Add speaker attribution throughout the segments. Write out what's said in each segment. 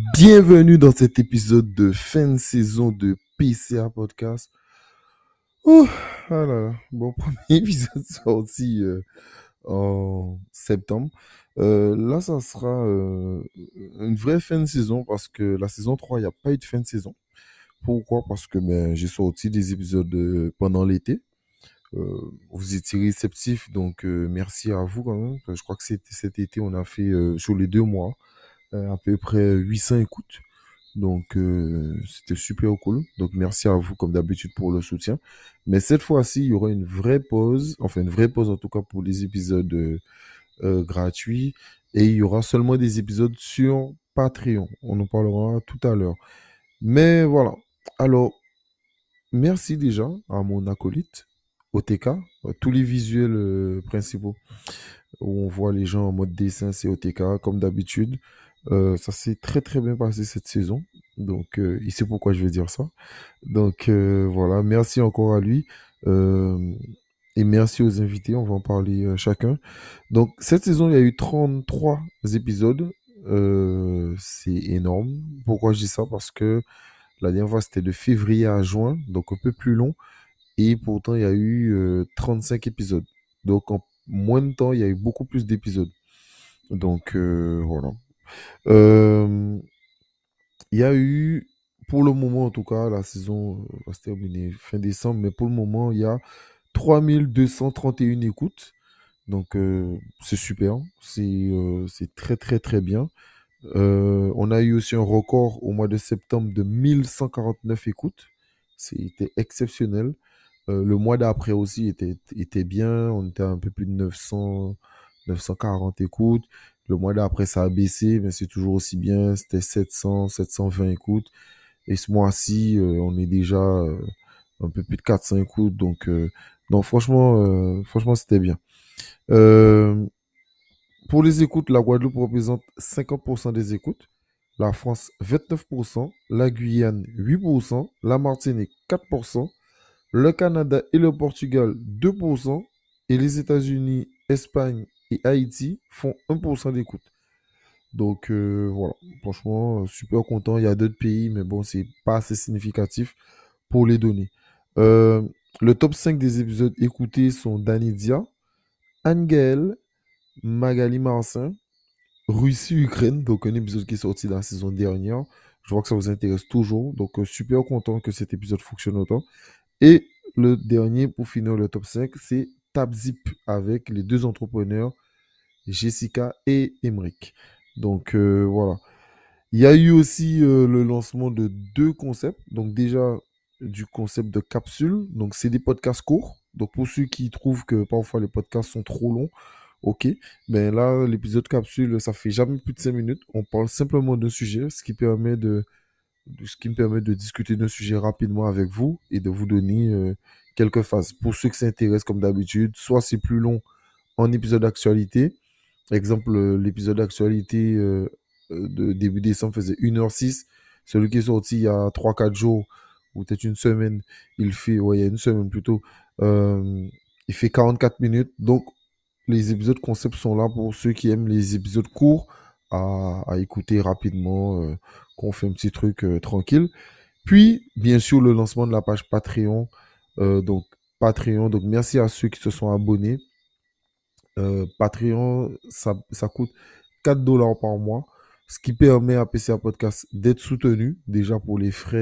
Speaker 1: Bienvenue dans cet épisode de fin de saison de PCA Podcast. Oh, ah là là. Bon, premier épisode sorti en septembre. Là, ça sera une vraie fin de saison parce que la saison 3, il n'y a pas eu de fin de saison. Pourquoi? Parce que j'ai sorti des épisodes pendant l'été. Vous étiez réceptifs, donc merci à vous quand même. Je crois que cet été, on a fait sur les 2 mois à peu près 800 écoutes. Donc, c'était super cool. Donc, merci à vous, comme d'habitude, pour le soutien. Mais cette fois-ci, il y aura une vraie pause, enfin une vraie pause en tout cas pour les épisodes gratuits. Et il y aura seulement des épisodes sur Patreon. On en parlera tout à l'heure. Mais voilà. Alors, merci déjà à mon acolyte, OTK, tous les visuels principaux où on voit les gens en mode dessin, c'est OTK, comme d'habitude. Ça s'est très très bien passé cette saison. Donc, il sait pourquoi je vais dire ça. Donc, voilà, merci encore à lui. Euh, et merci aux invités, on va en parler chacun. Donc, cette saison, il y a eu 33 épisodes. C'est énorme. Pourquoi je dis ça? Parce que la dernière fois, c'était de février à juin, donc un peu plus long. Et pourtant, il y a eu 35 épisodes. Donc, en moins de temps, il y a eu beaucoup plus d'épisodes. Donc, voilà. Euh, Il y a eu, pour le moment en tout cas, la saison va se terminer fin décembre, mais pour le moment, il y a 3231 écoutes. Donc, c'est super. C'est très, très, très bien. On a eu aussi un record au mois de septembre de 1149 écoutes. C'était exceptionnel. Le mois d'après aussi était bien. On était à un peu plus de 940 écoutes. Le mois d'après, ça a baissé, mais c'est toujours aussi bien. C'était 720 écoutes. Et ce mois-ci, on est déjà un peu plus de 400 écoutes. Donc franchement, c'était bien. Euh, pour les écoutes, la Guadeloupe représente 50% des écoutes. La France, 29%. La Guyane, 8%. La Martinique, 4%. Le Canada et le Portugal, 2%. Et les États-Unis, Espagne et Haïti font 1% d'écoute. Donc voilà, franchement, super content. Il y a d'autres pays, mais bon, c'est pas assez significatif pour les données. Euh, le top 5 des épisodes écoutés sont Danidia, Anne-Gaëlle, Magali Marcin, Russie-Ukraine, donc un épisode qui est sorti la saison dernière. Je vois que ça vous intéresse toujours, donc super content que cet épisode fonctionne autant. Et le dernier, pour finir le top 5, c'est TapZip avec les deux entrepreneurs, Jessica et Emric. Donc voilà. Il y a eu aussi le lancement de deux concepts. Donc déjà, du concept de capsule. Donc c'est des podcasts courts. Donc pour ceux qui trouvent que parfois les podcasts sont trop longs, ok. Mais là, l'épisode capsule, ça fait jamais plus de 5 minutes. On parle simplement d'un sujet, ce qui me permet de discuter d'un sujet rapidement avec vous et de vous donner quelques phases. Pour ceux qui s'intéressent comme d'habitude, soit c'est plus long en épisode d'actualité. Exemple, l'épisode d'actualité de début décembre faisait 1h06. Celui qui est sorti il y a 3 4 jours, ou peut-être une semaine, ouais, il y a une semaine plutôt, euh, il fait 44 minutes. Donc, les épisodes concept sont là pour ceux qui aiment les épisodes courts à écouter rapidement, qu'on fait un petit truc tranquille. Puis, bien sûr, le lancement de la page Patreon. Donc, Patreon, donc merci à ceux qui se sont abonnés. Patreon, ça coûte 4 dollars par mois, ce qui permet à PCA Podcast d'être soutenu déjà pour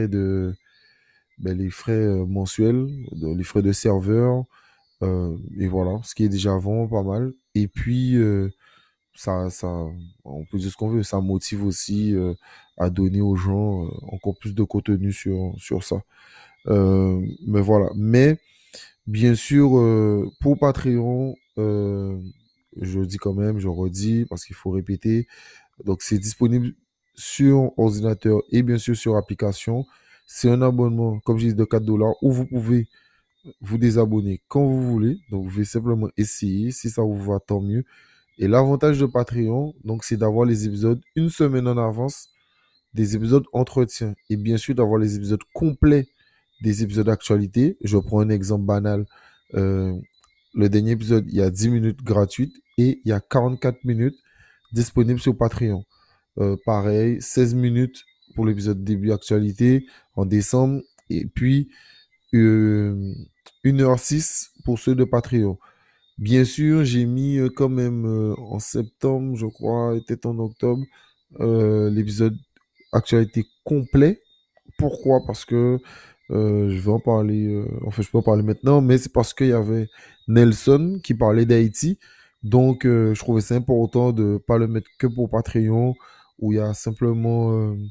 Speaker 1: les frais mensuels, les frais de serveur, et voilà, ce qui est déjà vraiment pas mal. Et puis, ça, on peut dire ce qu'on veut, ça motive aussi à donner aux gens encore plus de contenu sur ça. Mais voilà. Mais bien sûr, pour Patreon, je dis quand même, je redis, parce qu'il faut répéter. Donc, c'est disponible sur ordinateur et bien sûr sur application. C'est un abonnement, comme je dis, de 4 dollars où vous pouvez vous désabonner quand vous voulez. Donc, vous pouvez simplement essayer. Si ça vous va, tant mieux. Et l'avantage de Patreon, donc, c'est d'avoir les épisodes une semaine en avance, des épisodes entretien et bien sûr d'avoir les épisodes complets des épisodes d'actualité. Je prends un exemple banal. Euh, le dernier épisode, il y a 10 minutes gratuites et il y a 44 minutes disponibles sur Patreon. pareil, 16 minutes pour l'épisode début actualité en décembre. Et puis, euh, 1h06 pour ceux de Patreon. Bien sûr, j'ai mis quand même en septembre, je crois, et peut-être en octobre, l'épisode actualité complet. Pourquoi? Parce que je vais en parler, enfin, je peux en parler maintenant, mais c'est parce qu'il y avait Nelson qui parlait d'Haïti. Donc, je trouvais ça important de ne pas le mettre que pour Patreon, où il y a simplement,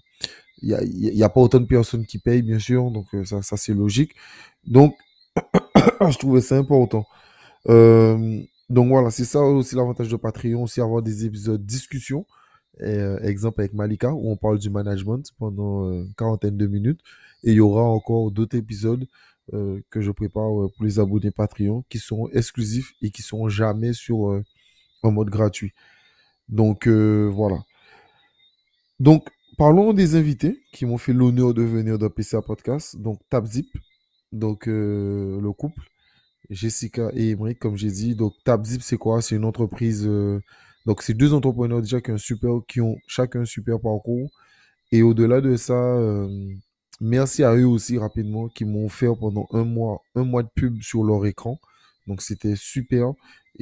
Speaker 1: il y a pas autant de personnes qui payent, bien sûr. Donc, ça c'est logique. Donc, je trouvais ça important. Donc voilà, c'est ça aussi l'avantage de Patreon, aussi avoir des épisodes discussion. Exemple avec Malika, où on parle du management pendant une quarantaine de minutes. Et il y aura encore d'autres épisodes que je prépare pour les abonnés Patreon qui seront exclusifs et qui seront jamais sur en mode gratuit. Donc voilà. Donc parlons des invités qui m'ont fait l'honneur de venir dans PCA Podcast. Donc Tabzip, donc le couple. Jessica et Emric, comme j'ai dit. Donc, Tabzip, c'est quoi? C'est une entreprise. Donc, c'est deux entrepreneurs déjà qui ont chacun un super parcours. Et au-delà de ça, merci à eux aussi rapidement qui m'ont offert pendant un mois de pub sur leur écran. Donc, c'était super.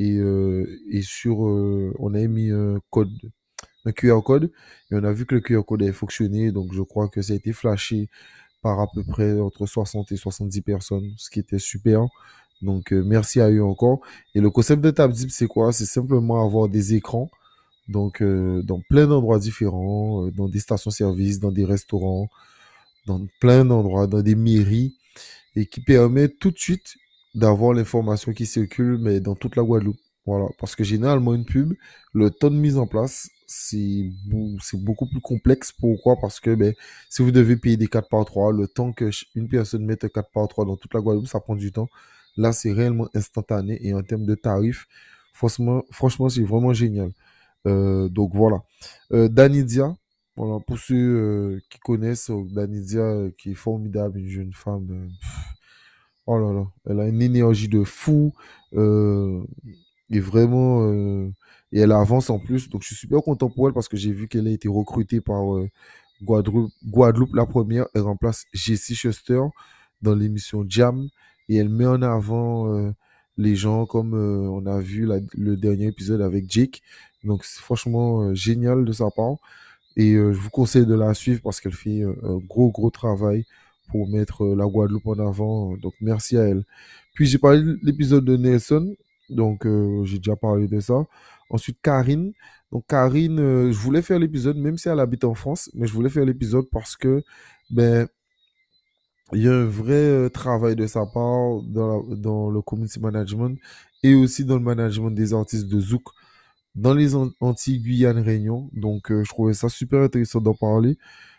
Speaker 1: Et on a mis un QR code. Et on a vu que le QR code avait fonctionné. Donc, je crois que ça a été flashé par à peu près entre 60 et 70 personnes, ce qui était super. Donc, merci à eux encore. Et le concept de TapZip, c'est quoi? C'est simplement avoir des écrans, donc dans plein d'endroits différents, dans des stations-service, dans des restaurants, dans plein d'endroits, dans des mairies, et qui permet tout de suite d'avoir l'information qui circule, mais dans toute la Guadeloupe. Voilà. Parce que généralement, une pub, le temps de mise en place, c'est beaucoup plus complexe. Pourquoi? Parce que ben, si vous devez payer des 4 par 3, le temps que une personne mette un 4 par 3 dans toute la Guadeloupe, ça prend du temps. Là, c'est réellement instantané. Et en termes de tarifs, franchement c'est vraiment génial. Donc voilà. Danidia, voilà, pour ceux qui connaissent, Danidia, qui est formidable, une jeune femme. Oh là là, elle a une énergie de fou. euh, et vraiment, et elle avance en plus. Donc je suis super content pour elle parce que j'ai vu qu'elle a été recrutée par Guadeloupe la première. Elle remplace Jessie Schuster dans l'émission Jam. Et elle met en avant les gens comme on a vu le dernier épisode avec Jake. Donc c'est franchement génial de sa part. Et je vous conseille de la suivre parce qu'elle fait un gros travail pour mettre la Guadeloupe en avant. Donc merci à elle. Puis j'ai parlé de l'épisode de Nelson. Donc j'ai déjà parlé de ça. Ensuite, Karine. Donc Karine, je voulais faire l'épisode, même si elle habite en France, mais je voulais faire l'épisode parce que ben, il y a un vrai travail de sa part dans le community management et aussi dans le management des artistes de Zouk dans les Antilles, Guyane, Réunion. Donc, je trouvais ça super intéressant d'en parler.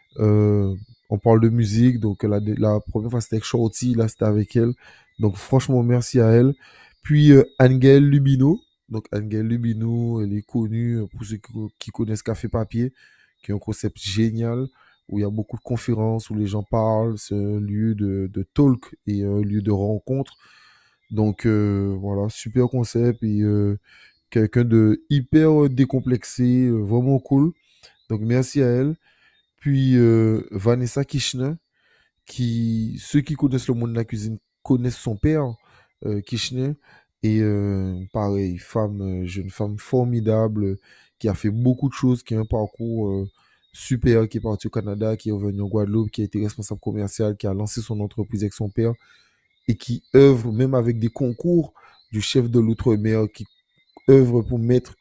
Speaker 1: On parle de musique, donc la première fois c'était avec Shorty, là c'était avec elle. Donc, franchement, merci à elle. Puis, Angèle Lubino. Donc, Angèle Lubino, elle est connue pour ceux qui connaissent Café Papier, qui est un concept génial où il y a beaucoup de conférences, où les gens parlent. C'est un lieu de talk et un lieu de rencontre. Donc, voilà, super concept. Et quelqu'un de hyper décomplexé, vraiment cool. Donc merci à elle. Puis Vanessa Kishner, ceux qui connaissent le monde de la cuisine connaissent son père, Kishner. Et pareil, jeune femme formidable, qui a fait beaucoup de choses, qui a un parcours super, qui est parti au Canada, qui est revenu en Guadeloupe, qui a été responsable commercial, qui a lancé son entreprise avec son père et qui œuvre même avec des concours du chef de l'outre-mer, qui œuvre pour mettre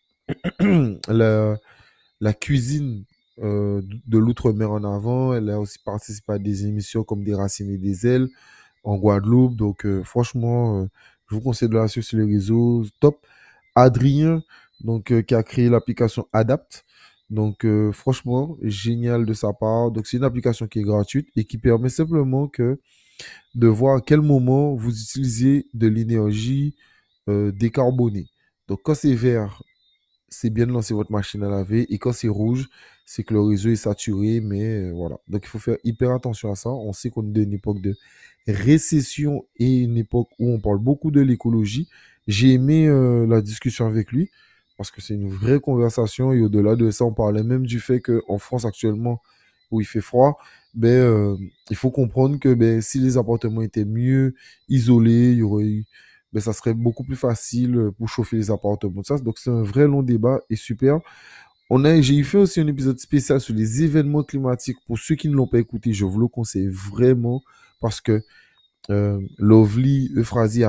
Speaker 1: la, la cuisine de l'outre-mer en avant. Elle a aussi participé à des émissions comme Des Racines et des Ailes en Guadeloupe. Donc, franchement, je vous conseille de la suivre sur les réseaux. Top. Adrien, donc, qui a créé l'application Adapt. Donc, franchement, génial de sa part. Donc, c'est une application qui est gratuite et qui permet simplement de voir à quel moment vous utilisez de l'énergie décarbonée. Donc, quand c'est vert, c'est bien de lancer votre machine à laver. Et quand c'est rouge, c'est que le réseau est saturé. Mais voilà. Donc, il faut faire hyper attention à ça. On sait qu'on est dans une époque de récession et une époque où on parle beaucoup de l'écologie. J'ai aimé la discussion avec lui parce que c'est une vraie conversation. Et au-delà de ça, on parlait même du fait qu'en France actuellement, où il fait froid, ben, il faut comprendre que ben, si les appartements étaient mieux isolés, il y aurait eu, ben, ça serait beaucoup plus facile pour chauffer les appartements. Ça, donc c'est un vrai long débat et super. J'ai fait aussi un épisode spécial sur les événements climatiques. Pour ceux qui ne l'ont pas écouté, je vous le conseille vraiment parce que Lovely Euphrasie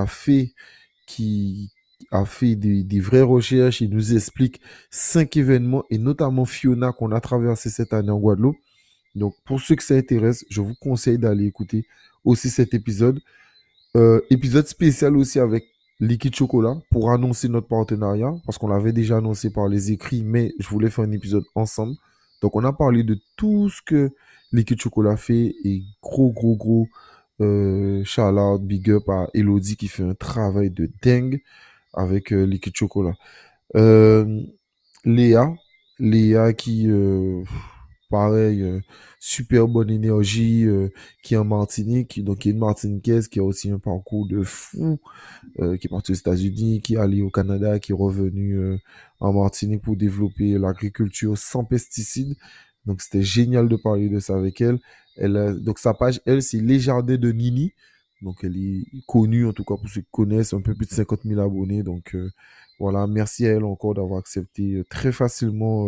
Speaker 1: qui a fait des vraies recherches. Il nous explique 5 événements et notamment Fiona qu'on a traversé cette année en Guadeloupe. Donc, pour ceux que ça intéresse, je vous conseille d'aller écouter aussi cet épisode. Épisode spécial aussi avec Liquid Chocolat pour annoncer notre partenariat, parce qu'on l'avait déjà annoncé par les écrits, mais je voulais faire un épisode ensemble. Donc, on a parlé de tout ce que Liquid Chocolat fait et gros shout out, big up à Elodie qui fait un travail de dingue avec Liquid Chocolat. Euh, Léa, Léa qui, pareil, super bonne énergie, qui est en Martinique, donc qui est une Martiniquaise, qui a aussi un parcours de fou, qui est partie aux États-Unis, qui est allée au Canada, qui est revenue en Martinique pour développer l'agriculture sans pesticides. Donc c'était génial de parler de ça avec elle. Donc sa page, elle, c'est Les Jardins de Nini. Donc elle est connue, en tout cas pour ceux qui connaissent, un peu plus de 50 000 abonnés. Donc voilà, merci à elle encore d'avoir accepté très facilement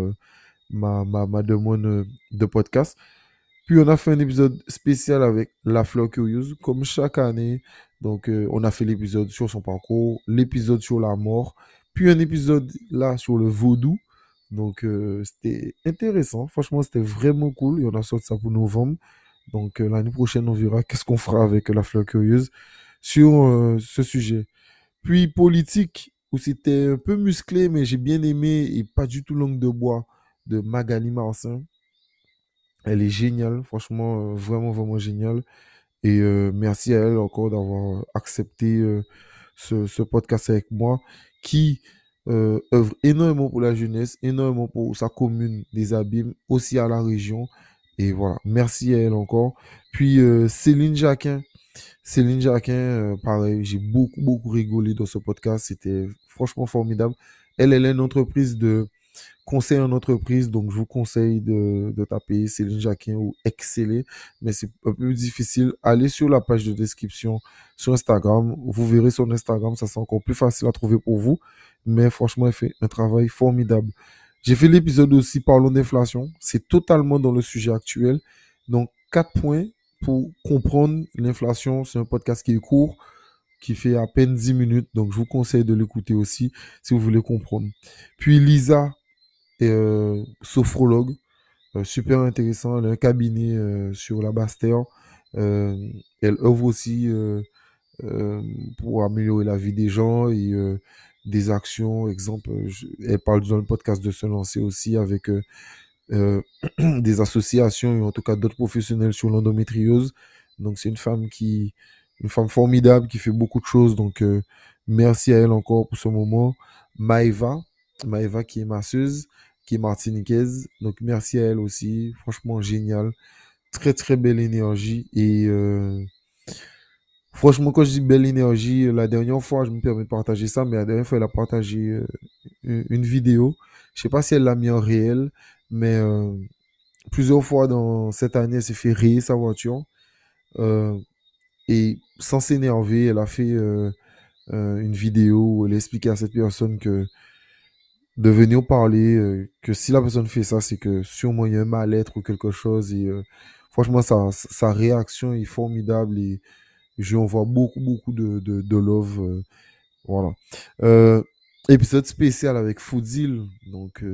Speaker 1: ma demande de podcast. Puis on a fait un épisode spécial avec La Fleur Curieuse, comme chaque année. Donc on a fait l'épisode sur son parcours, l'épisode sur la mort, puis un épisode là sur le vaudou. Donc c'était intéressant, franchement c'était vraiment cool et on a sorti ça pour novembre. Donc l'année prochaine on verra qu'est-ce qu'on fera avec La Fleur Curieuse sur ce sujet. Puis politique, où c'était un peu musclé, mais j'ai bien aimé et pas du tout langue de bois de Magali Marcin. Elle est géniale, franchement, vraiment géniale. Et merci à elle encore d'avoir accepté ce podcast avec moi, qui œuvre énormément pour la jeunesse, énormément pour sa commune des Abîmes, aussi à la région. Et voilà, merci à elle encore. Puis Céline Jacquin, pareil, j'ai beaucoup rigolé dans ce podcast. C'était franchement formidable. Elle est une entreprise de conseil en entreprise, donc je vous conseille de taper Céline Jacquin ou Exceller, mais c'est un peu difficile. Allez sur la page de description sur Instagram. Vous verrez son Instagram, ça sera encore plus facile à trouver pour vous. Mais franchement, elle fait un travail formidable. J'ai fait l'épisode aussi Parlons d'inflation. C'est totalement dans le sujet actuel. Donc, 4 points pour comprendre l'inflation. C'est un podcast qui est court, qui fait à peine 10 minutes. Donc, je vous conseille de l'écouter aussi si vous voulez comprendre. Puis, Lisa, est sophrologue, super intéressant. Elle a un cabinet sur la Bastère. Euh, Elle œuvre aussi euh, pour améliorer la vie des gens et des actions. Exemple, elle parle dans le podcast de se lancer aussi avec euh, des associations et en tout cas d'autres professionnels sur l'endométriose. Donc c'est une femme formidable qui fait beaucoup de choses. Donc merci à elle encore pour ce moment. Maëva, Maëva qui est masseuse, qui est martiniquaise. Donc merci à elle aussi. Franchement génial. Très belle énergie. Et franchement, quand je dis belle énergie, la dernière fois, je me permets de partager ça, mais la dernière fois, elle a partagé une vidéo. Je sais pas si elle l'a mis en réel, mais plusieurs fois dans cette année, elle s'est fait rayer sa voiture. Euh, et sans s'énerver, elle a fait une vidéo où elle expliquait à cette personne que de venir parler, que si la personne fait ça, c'est que sûrement il y a un mal-être ou quelque chose. Et franchement, sa réaction est formidable et je lui envoie beaucoup de love. Voilà. Euh, Épisode spécial avec Foudzil. Donc,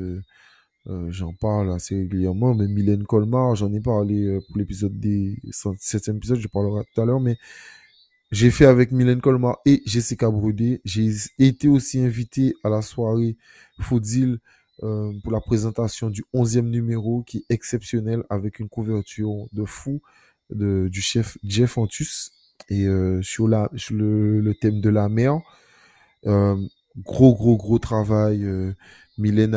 Speaker 1: j'en parle assez régulièrement, mais Mylène Colmar, j'en ai parlé pour l'épisode des 7e épisode, je parlerai tout à l'heure, mais j'ai fait avec Mylène Colmar et Jessica Brudé. J'ai été aussi invité à la soirée Foodil pour la présentation du 11e numéro qui est exceptionnel avec une couverture de fou du chef Jeff Antus et sur le thème de la mer. Euh, gros travail. Mylène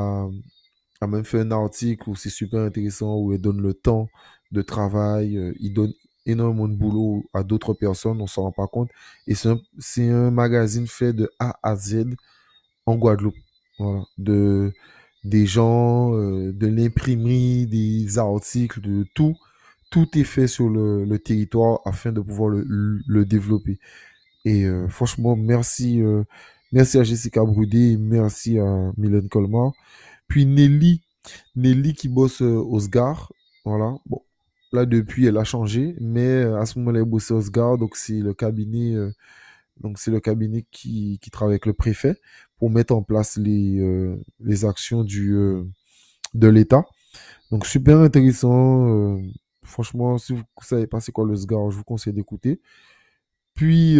Speaker 1: a même fait un article où c'est super intéressant, où elle donne le temps de travail, il donne énormément de boulot à d'autres personnes, on s'en rend pas compte. Et c'est un magazine fait de A à Z en Guadeloupe. voilà, des gens, de l'imprimerie, des articles, de tout. Tout est fait sur le territoire afin de pouvoir le développer. Et franchement, merci à Jessica Brudé et merci à Mylène Colmar. Puis Nelly qui bosse au SGAR. Voilà. Bon, là, depuis, elle a changé, mais à ce moment-là, elle bossait au SGAR, donc c'est le cabinet qui travaille avec le préfet pour mettre en place les actions de l'État. Donc, super intéressant. Franchement, si vous ne savez pas c'est quoi le SGAR, je vous conseille d'écouter. Puis,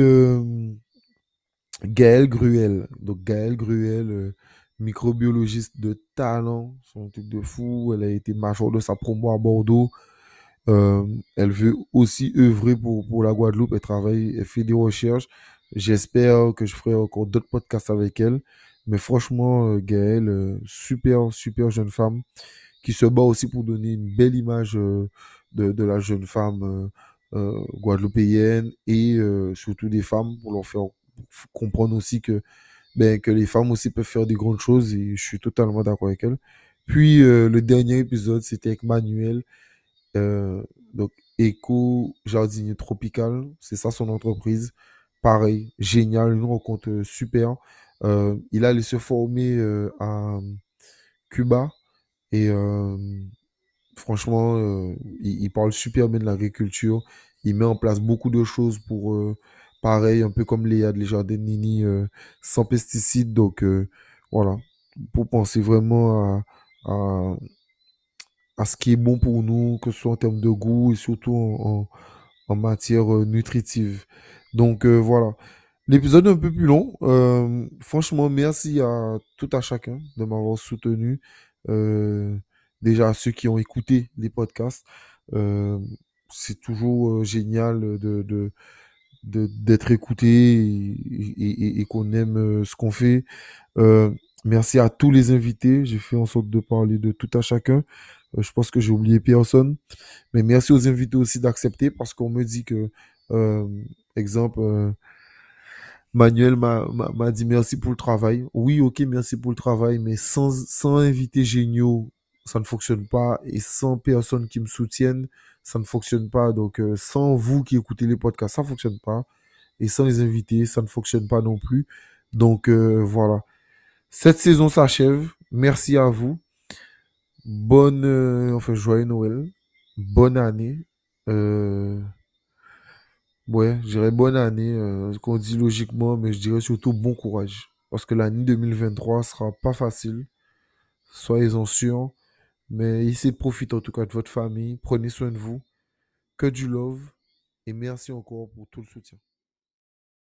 Speaker 1: Gaël Gruel. Donc Gaël Gruel, microbiologiste de talent, c'est un truc de fou. Elle a été major de sa promo à Bordeaux. Euh, Elle veut aussi œuvrer pour la Guadeloupe. Elle travaille, elle fait des recherches. J'espère que je ferai encore d'autres podcasts avec elle. Mais franchement, Gaël, super, super jeune femme qui se bat aussi pour donner une belle image de la jeune femme guadeloupéenne et surtout des femmes pour leur faire comprendre aussi que les femmes aussi peuvent faire des grandes choses et je suis totalement d'accord avec elle. Puis le dernier épisode, c'était avec Manuel, euh, donc Eco Jardinier Tropical, c'est ça son entreprise. Pareil, génial, une rencontre super. Il allait se former à Cuba et franchement, il parle super bien de l'agriculture. Il met en place beaucoup de choses pour, pareil, un peu comme Léa de Les Jardins de Nini, sans pesticides. Donc, voilà, pour penser vraiment à, à ce qui est bon pour nous, que ce soit en termes de goût et surtout en matière nutritive. Donc, voilà. L'épisode est un peu plus long. Franchement, merci à tout à chacun de m'avoir soutenu. Euh, Déjà à ceux qui ont écouté les podcasts. Euh, c'est toujours génial d'être écouté et qu'on aime ce qu'on fait. Euh, Merci à tous les invités. J'ai fait en sorte de parler de tout à chacun. Je pense que j'ai oublié personne. Mais merci aux invités aussi d'accepter parce qu'on me dit que, euh, exemple, Manuel m'a dit merci pour le travail. Oui, ok, merci pour le travail, mais sans invités géniaux, ça ne fonctionne pas. Et sans personnes qui me soutiennent, ça ne fonctionne pas. Donc, sans vous qui écoutez les podcasts, ça ne fonctionne pas. Et sans les invités, ça ne fonctionne pas non plus. Donc, voilà. Cette saison s'achève. Merci à vous. Enfin, joyeux Noël. Bonne année. Euh, Ouais, je dirais bonne année, qu'on dit logiquement, mais je dirais surtout bon courage. Parce que l'année 2023 sera pas facile, soyez-en sûrs. Mais essayez de profiter en tout cas de votre famille, prenez soin de vous, que du love, et merci encore pour tout le soutien.